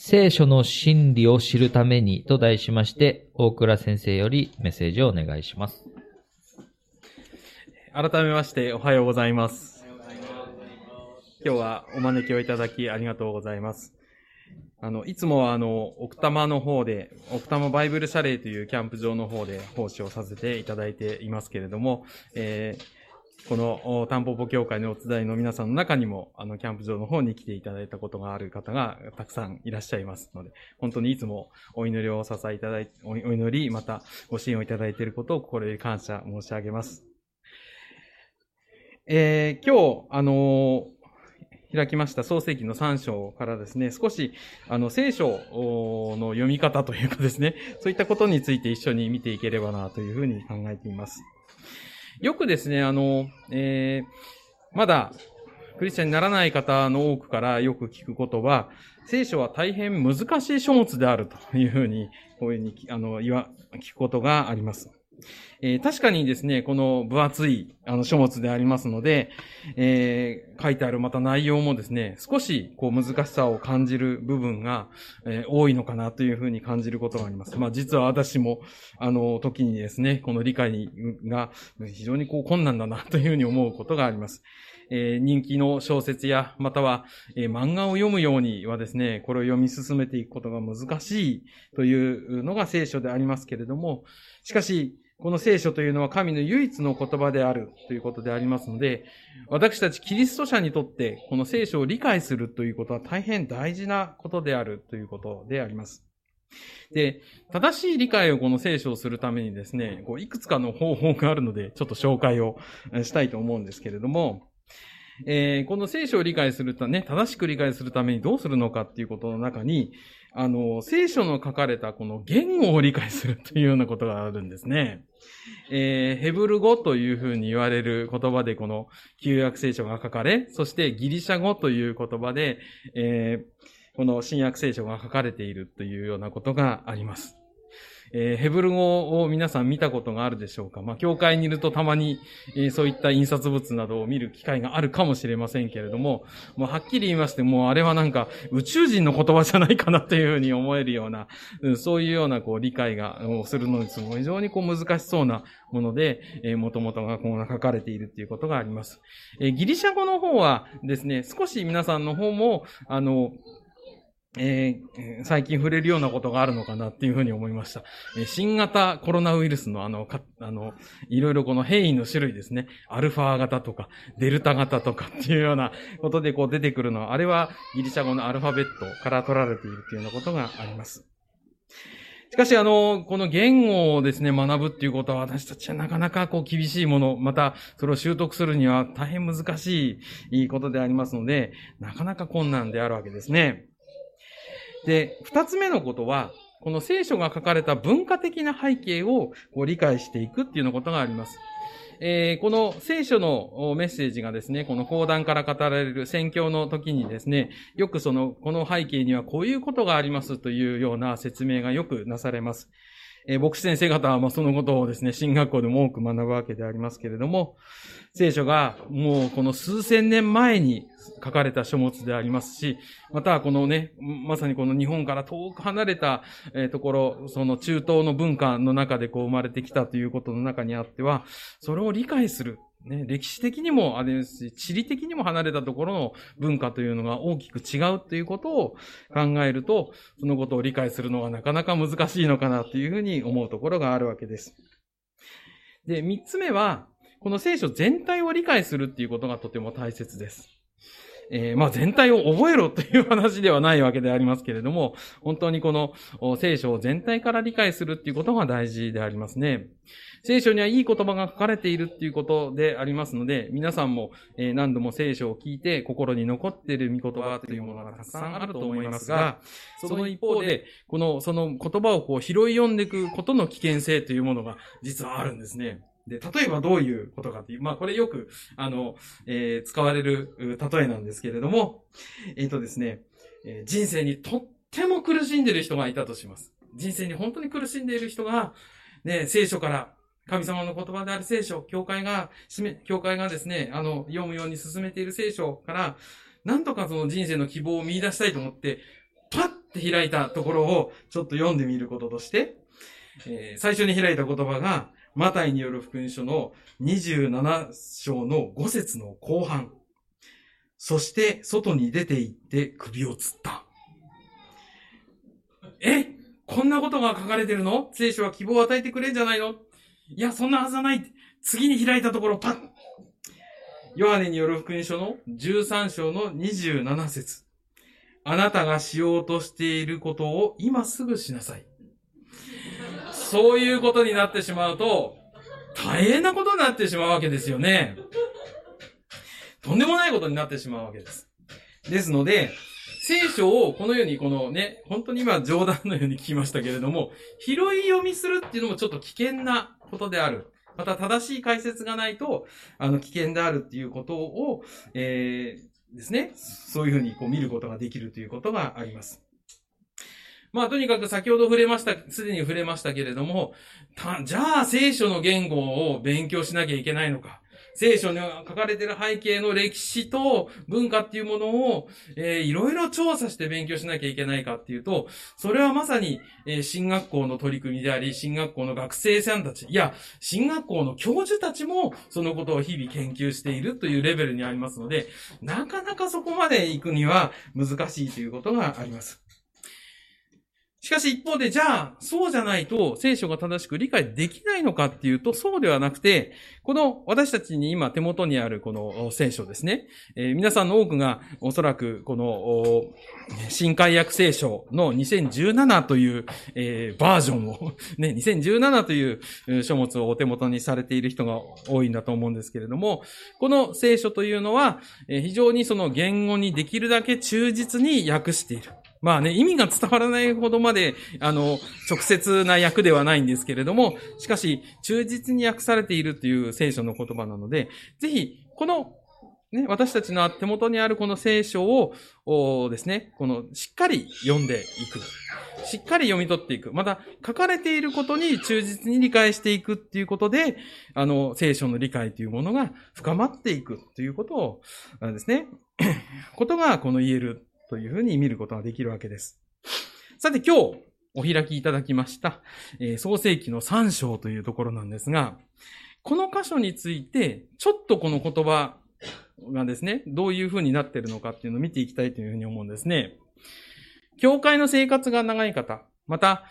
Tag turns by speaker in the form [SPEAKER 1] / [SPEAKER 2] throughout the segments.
[SPEAKER 1] 聖書の真理を知るためにと題しまして、大倉先生よりメッセージをお願いします。
[SPEAKER 2] 改めましておはようございます。今日はお招きをいただきありがとうございます。いつもは奥多摩の方で、奥多摩バイブルシャレーというキャンプ場の方で奉仕をさせていただいていますけれども、このタンポポ協会のお伝いの皆さんの中にも、キャンプ場の方に来ていただいたことがある方がたくさんいらっしゃいますので、本当にいつもお祈りをお支えいただいて、お祈り、またご支援をいただいていることを心より感謝申し上げます。今日、開きました創世記の3章からですね、少し、聖書の読み方というかですね、そういったことについて一緒に見ていければなというふうに考えています。よくですね、まだクリスチャンにならない方の多くからよく聞くことは、聖書は大変難しい書物であるというふうに、こういうふうに聞くことがあります。確かにですね、この分厚い書物でありますので、書いてあるまた内容もですね、少しこう難しさを感じる部分が、多いのかなというふうに感じることがあります。実は私も時にですね、この理解が非常にこう困難だなというふうに思うことがあります。人気の小説や、または、漫画を読むようにはですね、これを読み進めていくことが難しいというのが聖書でありますけれども、しかし、この聖書というのは神の唯一の言葉であるということでありますので、私たちキリスト者にとってこの聖書を理解するということは大変大事なことであるということであります。で、正しい理解をこの聖書をするためにですね、いくつかの方法があるので、ちょっと紹介をしたいと思うんですけれども、この聖書を理解するとね、正しく理解するためにどうするのかっていうことの中に、聖書の書かれたこの言語を理解するというようなことがあるんですね。ヘブル語というふうに言われる言葉でこの旧約聖書が書かれ、そしてギリシャ語という言葉で、この新約聖書が書かれているというようなことがあります。ヘブル語を皆さん見たことがあるでしょうか。教会にいるとたまに、そういった印刷物などを見る機会があるかもしれませんけれども、はっきり言いまして、あれはなんか宇宙人の言葉じゃないかなというふうに思えるような、そういうような理解をするのに非常に難しそうなもので、元々が書かれているということがあります。ギリシャ語の方はですね、少し皆さんの方も、最近触れるようなことがあるのかなっていうふうに思いました。新型コロナウイルスのいろいろこの変異の種類ですね。アルファ型とか、デルタ型とかっていうようなことで出てくるのは、あれはギリシャ語のアルファベットから取られているというようなことがあります。しかしこの言語をですね、学ぶっていうことは私たちはなかなか厳しいもの、またそれを習得するには大変難しいことでありますので、なかなか困難であるわけですね。で、二つ目のことは、この聖書が書かれた文化的な背景を理解していくっていうようなことがあります。この聖書のメッセージがですね、この講談から語られる宣教の時にですね、よくこの背景にはこういうことがありますというような説明がよくなされます。牧師先生方はそのことをですね、進学校でも多く学ぶわけでありますけれども、聖書がもうこの数千年前に書かれた書物でありますし、またはこのね、まさにこの日本から遠く離れたところ、その中東の文化の中で生まれてきたということの中にあっては、それを理解する。ね、歴史的にもあれですし、地理的にも離れたところの文化というのが大きく違うということを考えると、そのことを理解するのはなかなか難しいのかなというふうに思うところがあるわけです。で、三つ目は、この聖書全体を理解するっていうことがとても大切です。全体を覚えろという話ではないわけでありますけれども、本当にこの聖書を全体から理解するっていうことが大事でありますね。聖書にはいい言葉が書かれているっていうことでありますので、皆さんも何度も聖書を聞いて心に残っている御言葉というものがたくさんあると思いますが、その一方で、その言葉を拾い読んでいくことの危険性というものが実はあるんですね。で、例えばどういうことかっていう、これよく、使われる例えなんですけれども、ですね、人生にとっても苦しんでいる人がいたとします。人生に本当に苦しんでいる人が、ね、聖書から、神様の言葉である聖書、教会がですね、読むように進めている聖書から、なんとかその人生の希望を見出したいと思って、パッって開いたところをちょっと読んでみることとして、最初に開いた言葉が、マタイによる福音書の27章の5節の後半。そして外に出て行って首を吊った。こんなことが書かれてるの？聖書は希望を与えてくれんじゃないの？いや、そんなはずはない。次に開いたところ、パッ。ヨハネによる福音書の13章の27節。あなたがしようとしていることを今すぐしなさい。そういうことになってしまうと、大変なことになってしまうわけですよね。とんでもないことになってしまうわけです。ですので、聖書をこのように本当に今冗談のように聞きましたけれども、拾い読みするっていうのもちょっと危険なことである。また正しい解説がないと、危険であるっていうことを、ですね、そういうふうに見ることができるということがあります。まあ、とにかく先ほどすでに触れましたけれども、じゃあ聖書の言語を勉強しなきゃいけないのか。聖書に書かれている背景の歴史と文化っていうものを、いろいろ調査して勉強しなきゃいけないかっていうと、それはまさに、進学校の取り組みであり、進学校の学生さんたち、いや、進学校の教授たちもそのことを日々研究しているというレベルにありますので、なかなかそこまで行くには難しいということがあります。しかし一方で、じゃあ、そうじゃないと聖書が正しく理解できないのかっていうと、そうではなくて、この私たちに今手元にあるこの聖書ですね。皆さんの多くがおそらくこの新海訳聖書の2017という、バージョンを、ね、2017という書物をお手元にされている人が多いんだと思うんですけれども、この聖書というのは、非常にその言語にできるだけ忠実に訳している。まあね、意味が伝わらないほどまで、直接な訳ではないんですけれども、しかし、忠実に訳されているという聖書の言葉なので、ぜひ、この、ね、私たちの手元にあるこの聖書を、ですね、しっかり読んでいく。しっかり読み取っていく。また、書かれていることに忠実に理解していくっていうことで、聖書の理解というものが深まっていくということを、ですね、ことが言える。というふうに見ることができるわけです。さて今日お開きいただきました、創世記の3章というところなんですが、この箇所についてちょっとこの言葉がですね、どういうふうになっているのかっていうのを見ていきたいというふうに思うんですね。教会の生活が長い方、また、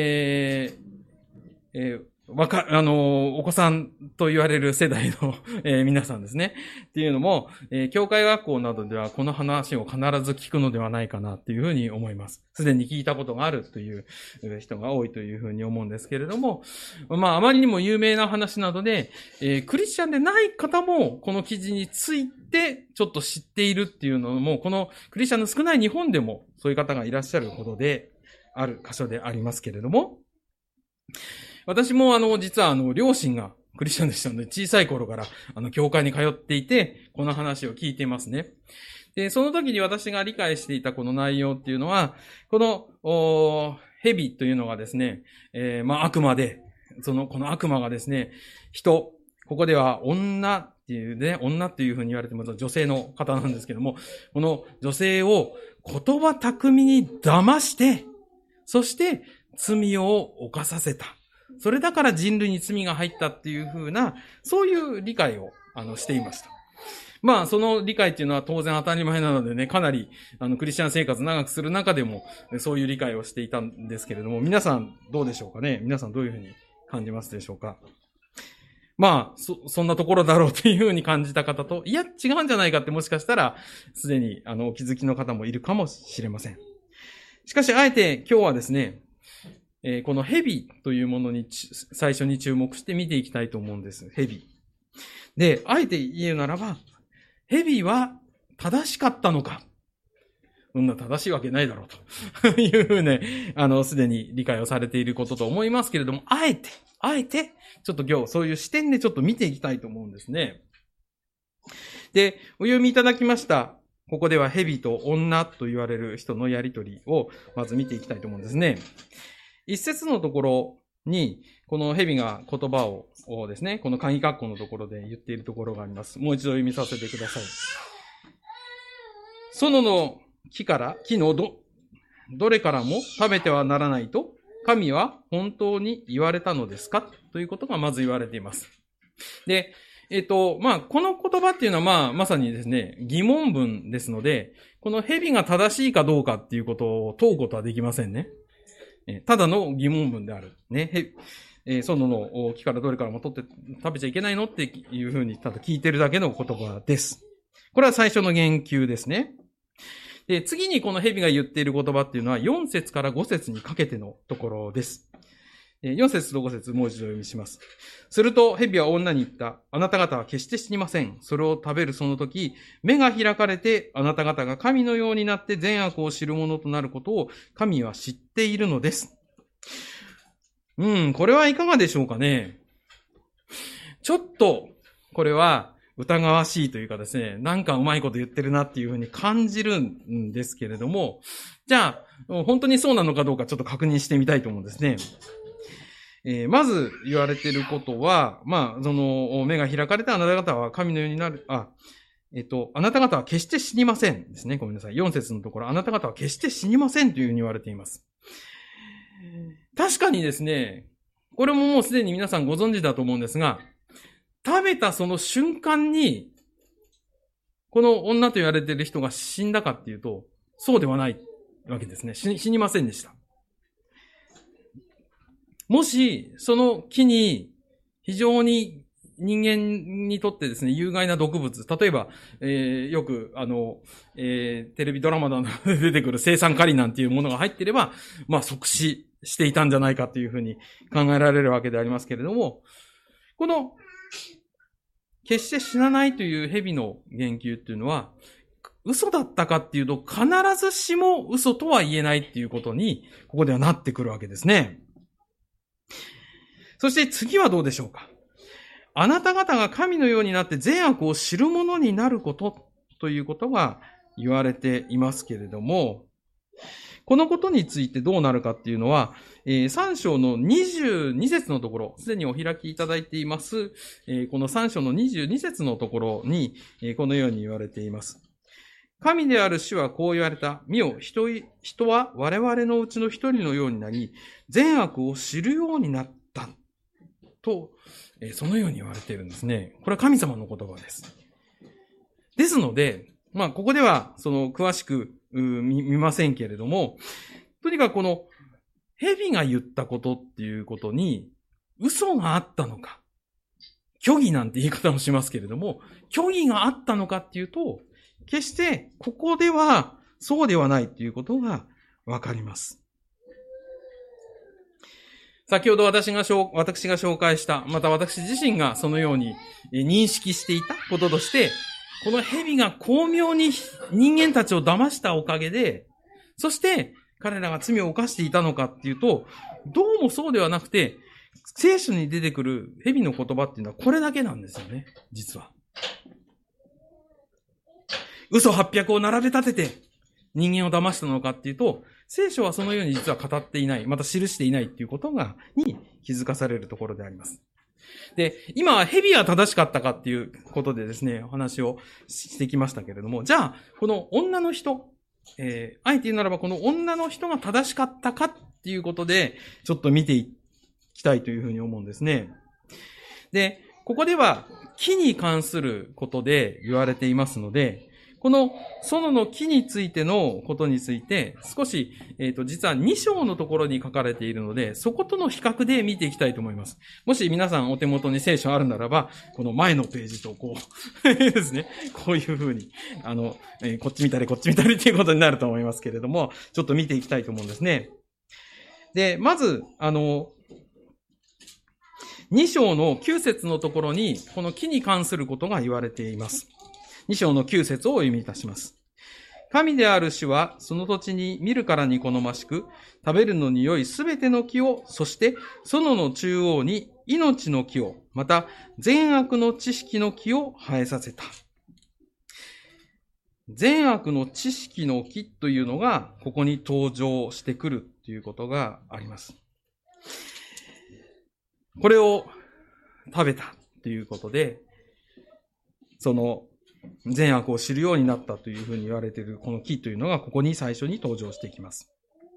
[SPEAKER 2] お子さんと言われる世代の、皆さんですね。っていうのも、教会学校などではこの話を必ず聞くのではないかなっていうふうに思います。すでに聞いたことがあるという人が多いというふうに思うんですけれども、まあ、あまりにも有名な話などで、クリスチャンでない方もこの記事についてちょっと知っているっていうのも、このクリスチャンの少ない日本でもそういう方がいらっしゃるほどである箇所でありますけれども、私も実は両親がクリスチャンでしたので、小さい頃から教会に通っていて、この話を聞いていますね。で、その時に私が理解していたこの内容っていうのは、この蛇というのがですね、悪魔で、この悪魔がですね、人、ここでは女っていうね、女っていうふうに言われてます、女性の方なんですけども、この女性を言葉巧みに騙して、そして罪を犯させた。それだから人類に罪が入ったっていう風な、そういう理解をしていました。まあ、その理解っていうのは当然当たり前なのでね、かなりクリスチャン生活長くする中でもそういう理解をしていたんですけれども、皆さんどうでしょうかね。皆さんどういう風に感じますでしょうか。まあ、そんなところだろうという風に感じた方と、いや、違うんじゃないかってもしかしたら、すでにお気づきの方もいるかもしれません。しかし、あえて今日はですね、この蛇というものに最初に注目して見ていきたいと思うんです。蛇。で、あえて言うならば、蛇は正しかったのか。そんな正しいわけないだろうというね、すでに理解をされていることと思いますけれども、あえて、ちょっと今日そういう視点でちょっと見ていきたいと思うんですね。で、お読みいただきました。ここでは蛇と女と言われる人のやりとりをまず見ていきたいと思うんですね。一節のところに、この蛇が言葉をですね、この鍵括弧のところで言っているところがあります。もう一度読みさせてください。園の木のどれからも食べてはならないと、神は本当に言われたのですかということがまず言われています。で、この言葉っていうのはまさにですね、疑問文ですので、この蛇が正しいかどうかっていうことを問うことはできませんね。ただの疑問文である。ね。園の木からどれからも取って食べちゃいけないのっていうふうにただ聞いてるだけの言葉です。これは最初の言及ですね。で、次にこの蛇が言っている言葉っていうのは4節から5節にかけてのところです。4節と5節もう一度読みします。すると蛇は女に言った。あなた方は決して死にません。それを食べるその時、目が開かれてあなた方が神のようになって善悪を知るものとなることを神は知っているのです。これはいかがでしょうかね。ちょっと、これは疑わしいというかですね、なんかうまいこと言ってるなっていうふうに感じるんですけれども、じゃあ、本当にそうなのかどうかちょっと確認してみたいと思うんですね。まず言われていることは、目が開かれてあなた方は神のようになる、あなた方は決して死にませんですね。ごめんなさい。4節のところ、あなた方は決して死にませんというふうに言われています。確かにですね、これももうすでに皆さんご存知だと思うんですが、食べたその瞬間に、この女と言われている人が死んだかっていうと、そうではないわけですね。死にませんでした。もし、その木に非常に人間にとってですね、有害な毒物、例えば、よく、テレビドラマなどで出てくる青酸カリなんていうものが入っていれば、即死していたんじゃないかというふうに考えられるわけでありますけれども、この、決して死なないという蛇の言及っていうのは、嘘だったかっていうと、必ずしも嘘とは言えないっていうことに、ここではなってくるわけですね。そして次はどうでしょうか。あなた方が神のようになって善悪を知るものになることということが言われていますけれども、このことについてどうなるかっていうのは、3章の22節のところ、すでにお開きいただいています、この3章の22節のところに、このように言われています。神である主はこう言われた。見よ、人は我々のうちの一人のようになり、善悪を知るようになった。と、そのように言われているんですね。これは神様の言葉です。ですので、ここでは、詳しく見ませんけれども、とにかくこの、蛇が言ったことっていうことに、嘘があったのか、虚偽なんて言い方もしますけれども、虚偽があったのかっていうと、決して、ここでは、そうではないっていうことがわかります。先ほど私が紹介した、また私自身がそのように認識していたこととして、この蛇が巧妙に人間たちを騙したおかげで、そして彼らが罪を犯していたのかっていうと、どうもそうではなくて、聖書に出てくる蛇の言葉っていうのはこれだけなんですよね、実は。嘘800を並べ立てて人間を騙したのかっていうと、聖書はそのように実は語っていない、また記していないっていうことに気づかされるところであります。で、今は蛇は正しかったかっていうことでですね、お話をしてきましたけれども、じゃあ、この女の人、あえて言うならばこの女の人が正しかったかっていうことで、ちょっと見ていきたいというふうに思うんですね。で、ここでは木に関することで言われていますので、この園の木についてのことについて、少し、実は2章のところに書かれているので、そことの比較で見ていきたいと思います。もし皆さんお手元に聖書あるならば、この前のページとこうですね、こういうふうに、こっち見たりこっち見たりっていうことになると思いますけれども、ちょっと見ていきたいと思うんですね。で、まず、2章の9節のところに、この木に関することが言われています。2章の9節をお読みいたします。神である主は、その土地に見るからに好ましく、食べるのに良いすべての木を、そして園の中央に命の木を、また善悪の知識の木を生えさせた。善悪の知識の木というのが、ここに登場してくるということがあります。これを食べたということで、その善悪を知るようになったというふうに言われているこの木というのがここに最初に登場してきます。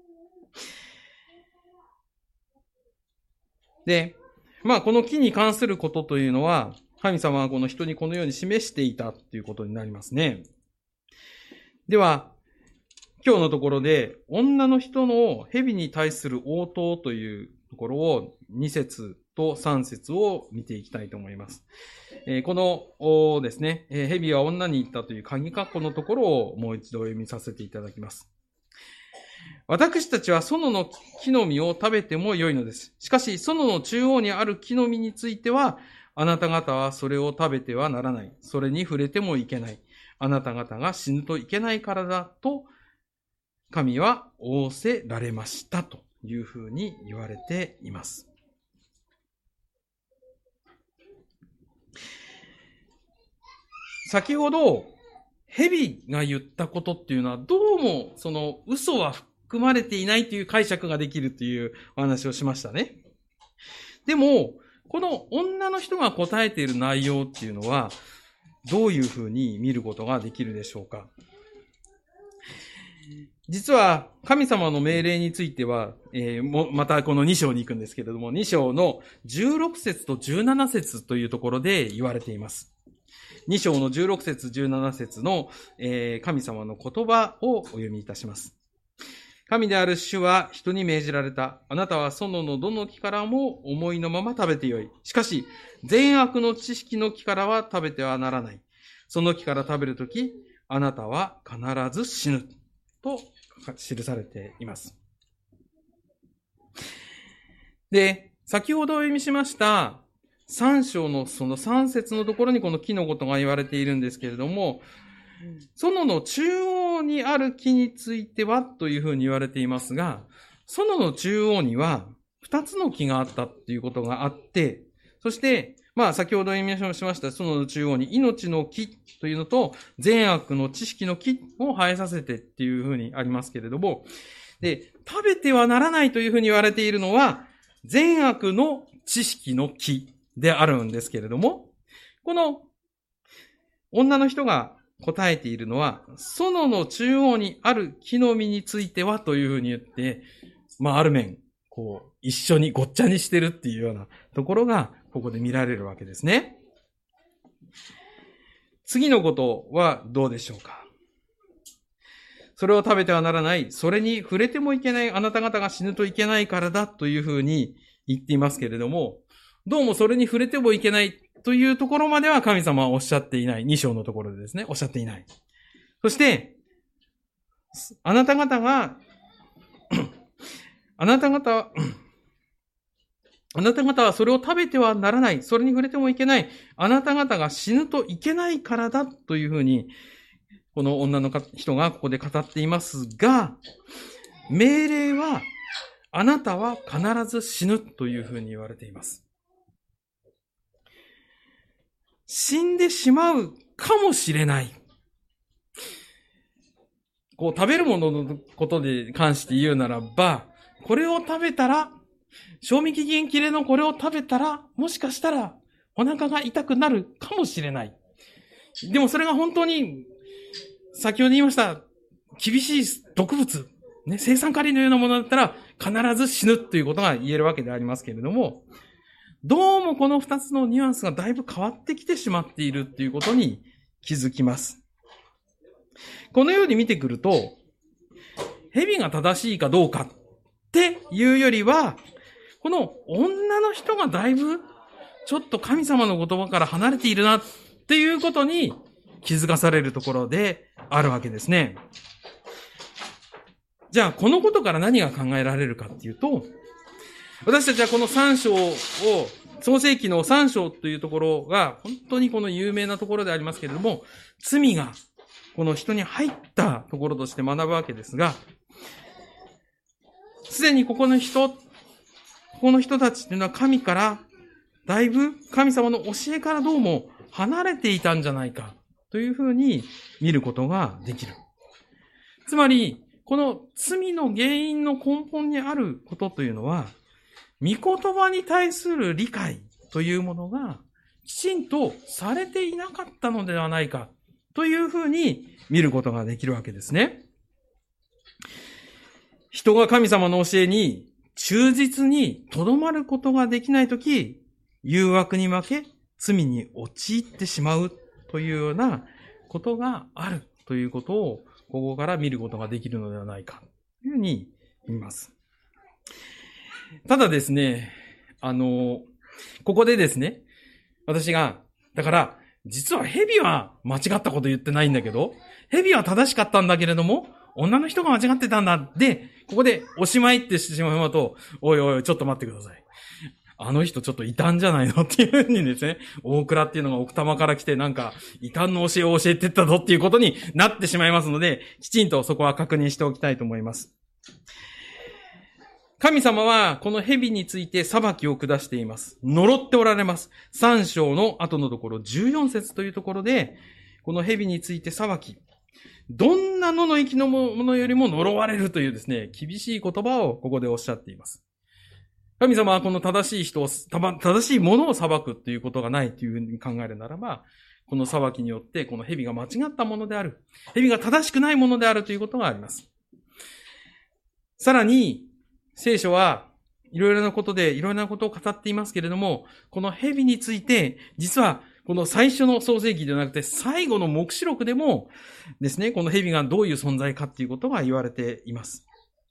[SPEAKER 2] で、この木に関することというのは、神様はこの人にこのように示していたということになりますね。では、今日のところで、女の人の蛇に対する応答というところを2節と3節を見ていきたいと思います。このですね、蛇は女に言ったという鍵括弧のところをもう一度読みさせていただきます。私たちは園の木の実を食べても良いのです。しかし、園の中央にある木の実については、あなた方はそれを食べてはならない。それに触れてもいけない。あなた方が死ぬといけないからだと、神は仰せられましたというふうに言われています。先ほど、蛇が言ったことっていうのは、どうもその嘘は含まれていないという解釈ができるというお話をしましたね。でも、この女の人が答えている内容っていうのは、どういうふうに見ることができるでしょうか。実は、神様の命令については、またこの2章に行くんですけれども、2章の16節と17節というところで言われています。2章の16節17節の、神様の言葉をお読みいたします。神である主は人に命じられた。あなたは園のどの木からも思いのまま食べてよい。しかし、善悪の知識の木からは食べてはならない。その木から食べるとき、あなたは必ず死ぬ。と記されています。で、先ほどお読みしました3章のその3節のところにこの木のことが言われているんですけれども、園の中央にある木についてはというふうに言われていますが、園の中央には2つの木があったということがあって、そして、先ほど読みしました園の中央に命の木というのと善悪の知識の木を生えさせてっていうふうにありますけれども、で、食べてはならないというふうに言われているのは善悪の知識の木であるんですけれども、この女の人が答えているのは、園の中央にある木の実についてはというふうに言って、ある面、一緒にごっちゃにしてるっていうようなところが、ここで見られるわけですね。次のことはどうでしょうか。それを食べてはならない、それに触れてもいけない、あなた方が死ぬといけないからだというふうに言っていますけれども、どうもそれに触れてもいけないというところまでは神様はおっしゃっていない。2章のところでですね、おっしゃっていない。そして、あなた方はそれを食べてはならない。それに触れてもいけない。あなた方が死ぬといけないからだというふうに、この女の人がここで語っていますが、命令は、あなたは必ず死ぬというふうに言われています。死んでしまうかもしれない。食べるもののことで関して言うならば、これを食べたら、賞味期限切れのこれを食べたら、もしかしたらお腹が痛くなるかもしれない。でもそれが本当に、先ほど言いました、厳しい毒物、青酸カリのようなものだったら、必ず死ぬということが言えるわけでありますけれども、どうもこの2つのニュアンスがだいぶ変わってきてしまっているということに気づきます。このように見てくると、蛇が正しいかどうかっていうよりは、この女の人がだいぶちょっと神様の言葉から離れているなっていうことに気づかされるところであるわけですね。じゃあこのことから何が考えられるかっていうと、私たちはこの3章を、創世記の3章というところが本当にこの有名なところでありますけれども、罪がこの人に入ったところとして学ぶわけですが、すでにここの人たちというのは神から、だいぶ神様の教えからどうも離れていたんじゃないかというふうに見ることができる。つまり、この罪の原因の根本にあることというのは、御言葉に対する理解というものがきちんとされていなかったのではないかというふうに見ることができるわけですね。人が神様の教えに忠実にとどまることができないとき、誘惑に負け、罪に陥ってしまうというようなことがあるということを、ここから見ることができるのではないかというふうに言います。ただですね、ここでですね、私が、だから、実は蛇は間違ったこと言ってないんだけど、蛇は正しかったんだけれども、女の人が間違ってたんだ。で、ここでおしまいってしてしまうと、おいおい、ちょっと待ってください。あの人ちょっと異端じゃないのっていうふうにですね、大倉っていうのが奥多摩から来てなんか異端の教えを教えてったぞっていうことになってしまいますので、きちんとそこは確認しておきたいと思います。神様はこの蛇について裁きを下しています。呪っておられます。3章の後のところ14節というところで、この蛇について裁き、どんな野の生きのものよりも呪われるというですね、厳しい言葉をここでおっしゃっています。神様はこの正しい人を、正しいものを裁くということがないというふうに考えるならば、この裁きによってこの蛇が間違ったものである。蛇が正しくないものであるということがあります。さらに、聖書はいろいろなことでいろいろなことを語っていますけれども、この蛇について、実はこの最初の創世記ではなくて最後の黙示録でもですね、この蛇がどういう存在かということが言われています。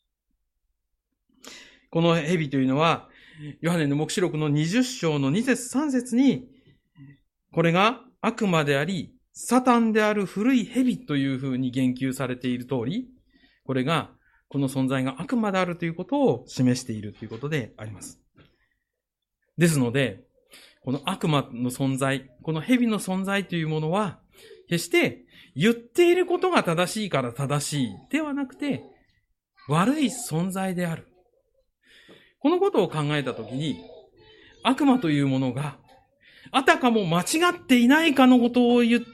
[SPEAKER 2] この蛇というのは、ヨハネの黙示録の20章の2節3節に、これが悪魔であり、サタンである古い蛇というふうに言及されている通り、これがこの存在が悪魔であるということを示しているということであります。ですので、この悪魔の存在、この蛇の存在というものは、決して言っていることが正しいから正しいではなくて、悪い存在である。このことを考えたときに、悪魔というものが、あたかも間違っていないかのことを言って、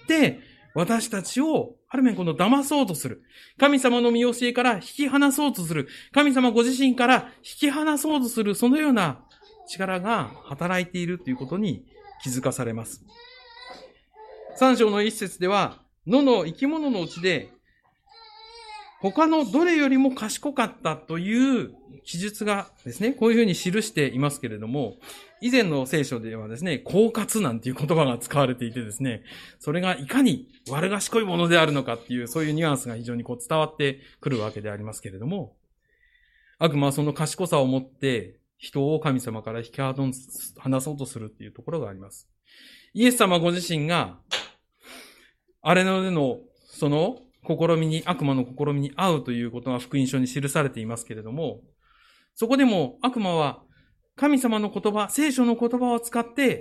[SPEAKER 2] 私たちを、ある面この騙そうとする。神様の見教えから引き離そうとする。神様ご自身から引き離そうとする、そのような力が働いているということに気づかされます。3章の一節では、野の生き物のうちで、他のどれよりも賢かったという記述がですね、こういうふうに記していますけれども、以前の聖書ではですね、狡猾なんていう言葉が使われていてですね、それがいかに悪賢いものであるのかっていう、そういうニュアンスが非常に伝わってくるわけでありますけれども、悪魔はその賢さを持って人を神様から引き離そうとするっていうところがあります。イエス様ご自身が、あれのでのその試みに、悪魔の試みに遭うということが福音書に記されていますけれども、そこでも悪魔は神様の言葉、聖書の言葉を使って、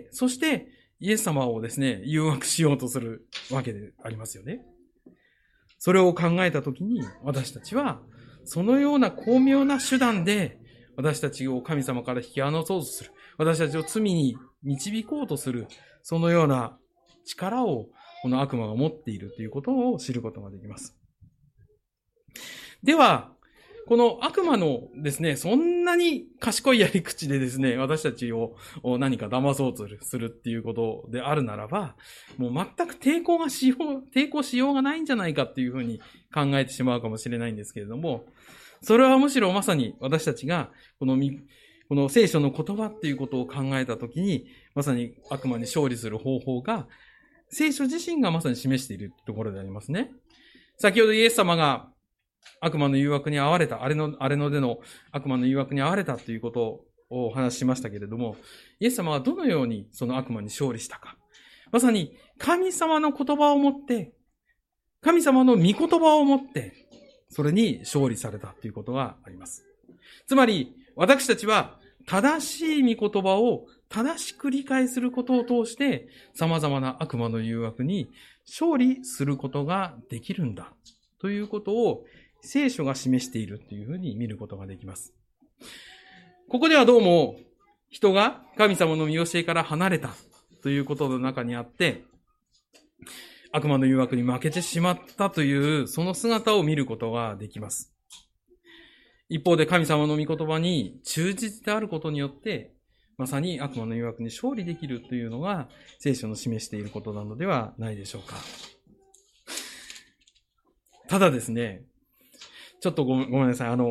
[SPEAKER 2] そしてイエス様をですね、誘惑しようとするわけでありますよね。それを考えたときに、私たちは、そのような巧妙な手段で、私たちを神様から引き離そうとする。私たちを罪に導こうとする。そのような力を、この悪魔が持っているということを知ることができます。では、この悪魔のですね、そんなに賢いやり口でですね、私たちを何か騙そうとするっていうことであるならば、もう全く抵抗しようがないんじゃないかっていうふうに考えてしまうかもしれないんですけれども、それはむしろまさに私たちがこの聖書の言葉っていうことを考えたときに、まさに悪魔に勝利する方法が、聖書自身がまさに示しているところでありますね。先ほどイエス様が悪魔の誘惑に遭われた、あれのでの悪魔の誘惑に遭われたということをお話ししましたけれども、イエス様はどのようにその悪魔に勝利したか。まさに神様の言葉を持って、神様の御言葉を持って、それに勝利されたということがあります。つまり、私たちは正しい御言葉を正しく理解することを通して、様々な悪魔の誘惑に勝利することができるんだ。ということを聖書が示しているというふうに見ることができます。ここではどうも人が神様の見教えから離れたということの中にあって、悪魔の誘惑に負けてしまったというその姿を見ることができます。一方で神様の御言葉に忠実であることによって、まさに悪魔の誘惑に勝利できるというのが聖書の示していることなのではないでしょうか。ただですね、ちょっとごめんなさい。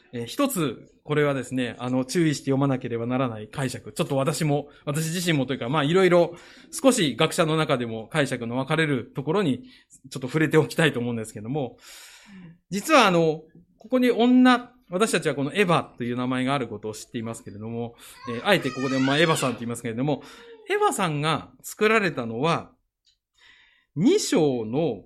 [SPEAKER 2] 一つ、これはですね、注意して読まなければならない解釈。ちょっと私自身もというか、まあいろいろ少し学者の中でも解釈の分かれるところにちょっと触れておきたいと思うんですけども、実はここに私たちはこのエヴァという名前があることを知っていますけれども、あえてここでエヴァさんと言いますけれども、エヴァさんが作られたのは、2章の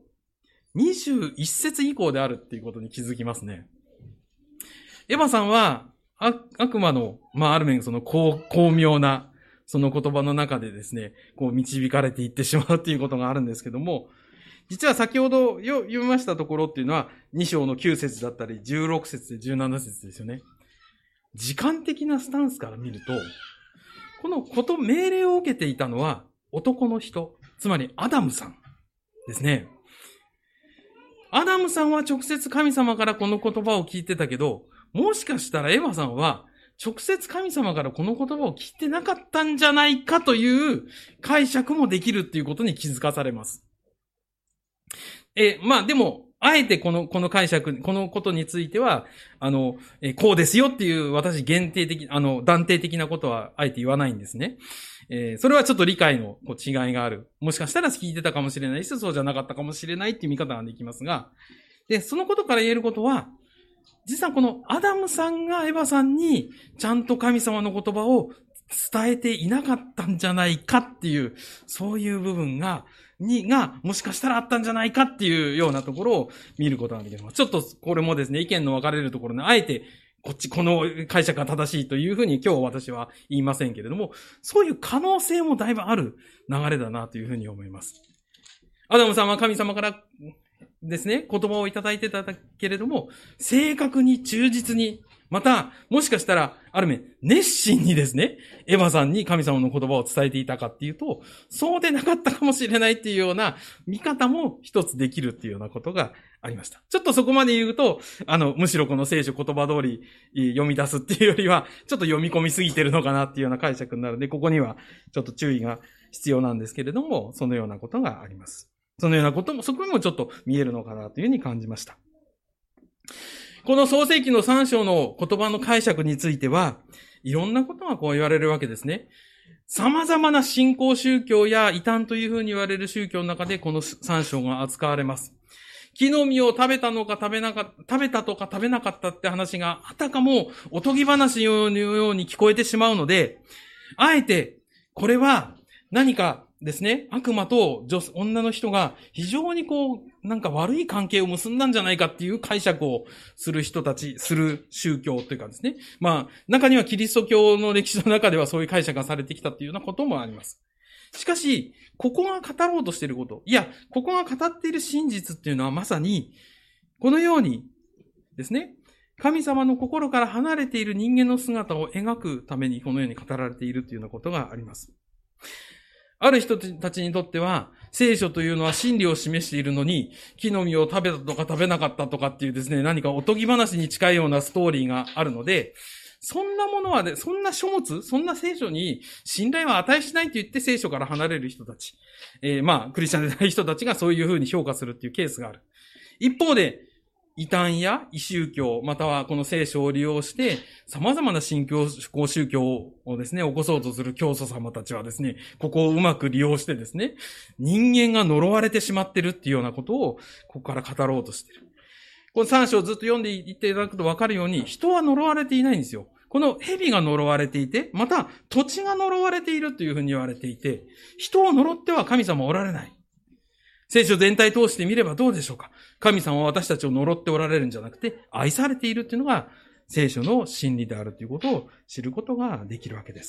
[SPEAKER 2] 21節以降であるっていうことに気づきますね。エヴァさんは、悪魔の、ある面、その巧妙な、その言葉の中でですね、こう導かれていってしまうっていうことがあるんですけども、実は先ほど読みましたところっていうのは、2章の9節だったり、16節で17節ですよね。時間的なスタンスから見ると、この命令を受けていたのは、男の人、つまりアダムさんですね。アダムさんは直接神様からこの言葉を聞いてたけど、もしかしたらエヴァさんは直接神様からこの言葉を聞いてなかったんじゃないかという解釈もできるっていうことに気づかされます。でも、あえてこの解釈、このことについては、こうですよっていう私断定的なことはあえて言わないんですね。それはちょっと理解の違いがある。もしかしたら聞いてたかもしれないし、そうじゃなかったかもしれないっていう見方ができますが、で、そのことから言えることは、実はこのアダムさんがエヴァさんにちゃんと神様の言葉を伝えていなかったんじゃないかっていう、そういう部分がもしかしたらあったんじゃないかっていうようなところを見ることができます。ちょっとこれもですね、意見の分かれるところで、あえてこの解釈が正しいというふうに今日私は言いませんけれども、そういう可能性もだいぶある流れだなというふうに思います。アダムさんは神様からですね、言葉をいただいてたけれども、正確に忠実に、また、もしかしたら、ある面、熱心にですね、エヴァさんに神様の言葉を伝えていたかっていうと、そうでなかったかもしれないっていうような見方も一つできるっていうようなことがありました。ちょっとそこまで言うと、むしろこの聖書言葉通り読み出すっていうよりは、ちょっと読み込みすぎてるのかなっていうような解釈になるので、ここにはちょっと注意が必要なんですけれども、そのようなことがあります。そのようなことも、そこにもちょっと見えるのかなというふうに感じました。この創世記の3章の言葉の解釈については、いろんなことがこう言われるわけですね。様々な信仰宗教や異端というふうに言われる宗教の中でこの3章が扱われます。木の実を食べたとか食べなかったって話があたかもおとぎ話のように聞こえてしまうので、あえてこれは何かですね、悪魔と女の人が非常になんか悪い関係を結んだんじゃないかっていう解釈をする人たち、する宗教というかですね。中にはキリスト教の歴史の中ではそういう解釈がされてきたっていうようなこともあります。しかし、ここが語ろうとしていること、ここが語っている真実っていうのはまさに、このようにですね、神様の心から離れている人間の姿を描くためにこのように語られているというようなことがあります。ある人たちにとっては、聖書というのは真理を示しているのに、木の実を食べたとか食べなかったとかっていうですね、何かおとぎ話に近いようなストーリーがあるので、そんなものはそんな書物、そんな聖書に信頼は値しないと言って聖書から離れる人たち。クリスチャンでない人たちがそういうふうに評価するっていうケースがある。一方で、異端や異宗教、またはこの聖書を利用して、様々な宗教をですね、起こそうとする教祖様たちはですね、ここをうまく利用してですね、人間が呪われてしまってるっていうようなことを、ここから語ろうとしている。この3章をずっと読んでいっていただくと分かるように、人は呪われていないんですよ。この蛇が呪われていて、また土地が呪われているというふうに言われていて、人を呪っては神様おられない。聖書全体通してみればどうでしょうか。神様は私たちを呪っておられるんじゃなくて、愛されているっていうのが聖書の真理であるということを知ることができるわけです。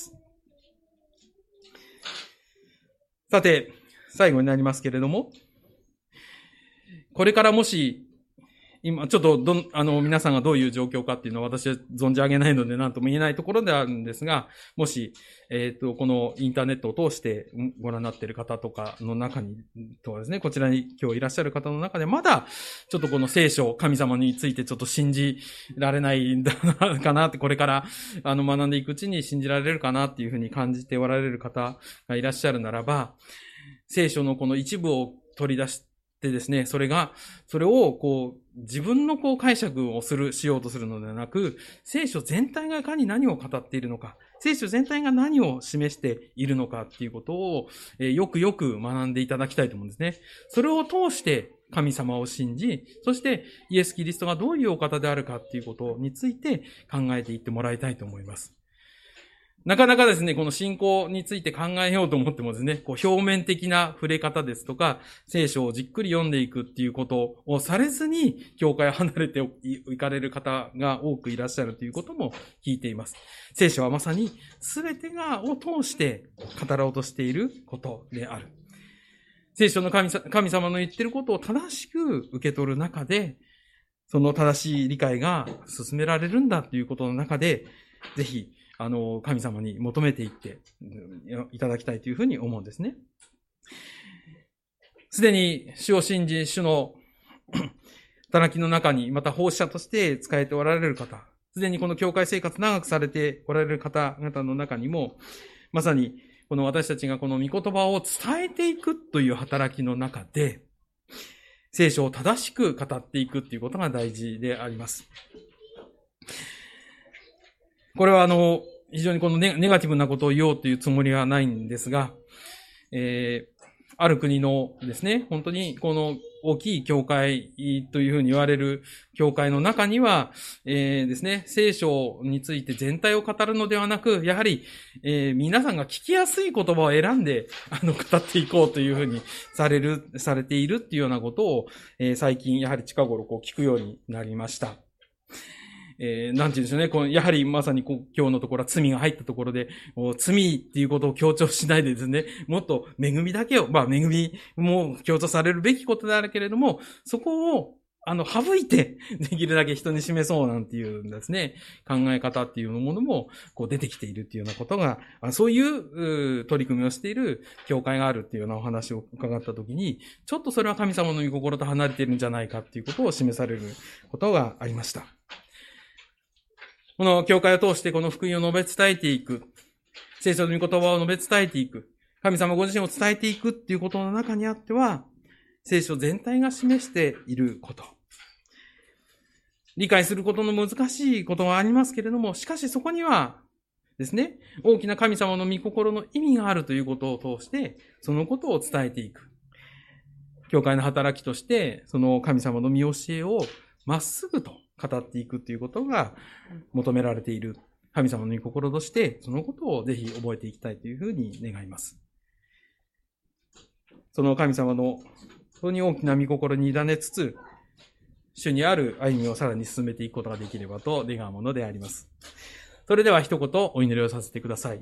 [SPEAKER 2] さて、最後になりますけれども、これからもし、今、ちょっと皆さんがどういう状況かっていうのは私は存じ上げないので何とも言えないところであるんですが、もし、このインターネットを通してご覧になっている方とかの中に、とはですね、こちらに今日いらっしゃる方の中で、まだ、ちょっとこの聖書、神様についてちょっと信じられないんだな、かなって、これから、学んでいくうちに信じられるかなっていうふうに感じておられる方がいらっしゃるならば、聖書のこの一部を取り出してですね、それを自分の解釈をしようとするのではなく、聖書全体がいかに何を語っているのか、聖書全体が何を示しているのかっていうことを、よくよく学んでいただきたいと思うんですね。それを通して神様を信じ、そしてイエス・キリストがどういうお方であるかっていうことについて考えていってもらいたいと思います。なかなかですね、この信仰について考えようと思ってもですね、表面的な触れ方ですとか、聖書をじっくり読んでいくっていうことをされずに、教会を離れていかれる方が多くいらっしゃるということも聞いています。聖書はまさに全てを通して語ろうとしていることである。聖書の神様の言っていることを正しく受け取る中で、その正しい理解が進められるんだということの中で、ぜひ、神様に求めていっていただきたいというふうに思うんですね。すでに主を信じ、主の働きの中に、また奉仕者として仕えておられる方、すでにこの教会生活長くされておられる方々の中にも、まさにこの私たちがこの御言葉を伝えていくという働きの中で、聖書を正しく語っていくということが大事であります。これは非常にこのネガティブなことを言おうというつもりはないんですが、ある国のですね、本当にこの大きい教会というふうに言われる教会の中には、ですね、聖書について全体を語るのではなく、やはり、皆さんが聞きやすい言葉を選んで、語っていこうというふうにされているっていうようなことを、最近やはり近頃聞くようになりました。なんていうんでしょうね。やはりまさに今日のところは罪が入ったところで、罪っていうことを強調しないでですね、もっと恵みだけを、恵みも強調されるべきことであるけれども、そこを、省いて、できるだけ人に示そうなんていうですね、考え方っていうものも、出てきているっていうようなことが、そういう取り組みをしている教会があるっていうようなお話を伺ったときに、ちょっとそれは神様の御心と離れているんじゃないかっていうことを示されることがありました。この教会を通してこの福音を述べ伝えていく。聖書の御言葉を述べ伝えていく。神様ご自身を伝えていくっていうことの中にあっては、聖書全体が示していること。理解することの難しいことがありますけれども、しかしそこにはですね、大きな神様の御心の意味があるということを通して、そのことを伝えていく。教会の働きとして、その神様の見教えをまっすぐと語っていくということが求められている神様の御心として、そのことをぜひ覚えていきたいというふうに願います。その神様の本当に大きな御心に委ねつつ、主にある歩みをさらに進めていくことができればと願うものであります。それでは一言お祈りをさせてください。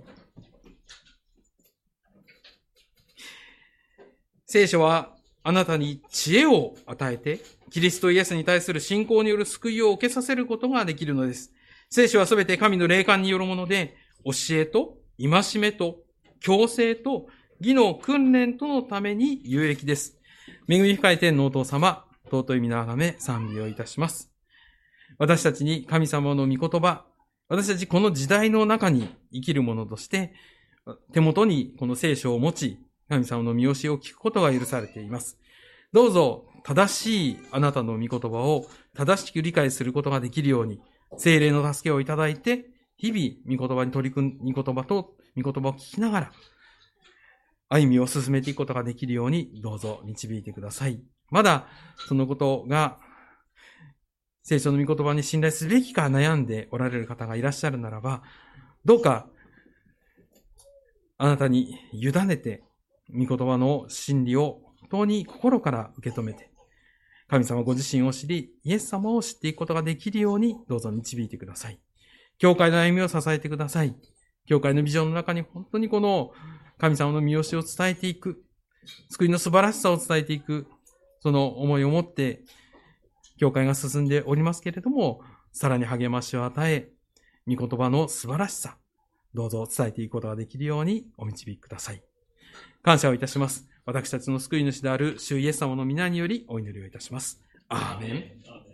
[SPEAKER 2] 聖書はあなたに知恵を与えて、キリストイエスに対する信仰による救いを受けさせることができるのです。聖書はすべて神の霊感によるもので、教えと、戒めと、矯正と、義の訓練とのために有益です。恵み深い天のお父様、尊い皆をあがめ賛美をいたします。私たちに神様の御言葉、私たちこの時代の中に生きる者として、手元にこの聖書を持ち、神様の見教えを聞くことが許されています。どうぞ、正しいあなたの御言葉を正しく理解することができるように、聖霊の助けをいただいて、日々御言葉に取り組む、御言葉を聞きながら、歩みを進めていくことができるように、どうぞ導いてください。まだ、そのことが、聖書の御言葉に信頼すべきか悩んでおられる方がいらっしゃるならば、どうか、あなたに委ねて、御言葉の真理を本当に心から受け止めて、神様ご自身を知り、イエス様を知っていくことができるように、どうぞ導いてください。教会の歩みを支えてください。教会のビジョンの中に本当にこの神様の見教えを伝えていく、救いの素晴らしさを伝えていく、その思いを持って、教会が進んでおりますけれども、さらに励ましを与え、御言葉の素晴らしさ、どうぞ伝えていくことができるようにお導きください。感謝をいたします。私たちの救い主である主イエス様の皆によりお祈りをいたします。アーメン。